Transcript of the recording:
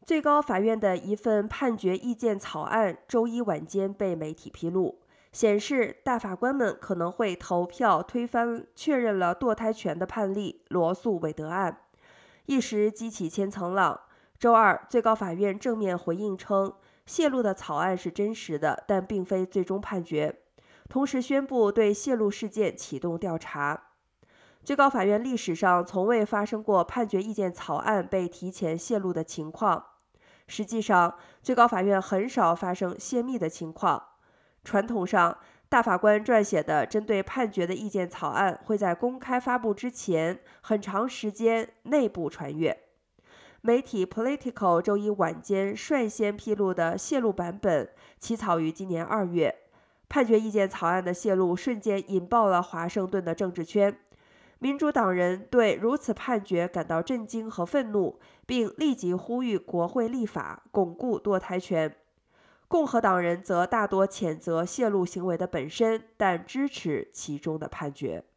最高法院的一份判决意见草案周一晚间被媒体披露，显示大法官们可能会投票推翻确认了堕胎权的判例罗诉韦德案，一时激起千层浪。周二，最高法院正面回应称，泄露的草案是真实的，但并非最终判决，同时宣布对泄露事件启动调查。最高法院历史上从未发生过判决意见草案被提前泄露的情况。实际上，最高法院很少发生泄密的情况。传统上，大法官撰写的针对判决的意见草案会在公开发布之前很长时间内部传阅。媒体 Politico 周一晚间率先披露的泄露版本起草于今年2月。判决意见草案的泄露瞬间引爆了华盛顿的政治圈。民主党人对如此判决感到震惊和愤怒，并立即呼吁国会立法巩固堕胎权。共和党人则大多谴责泄露行为的本身，但支持其中的判决。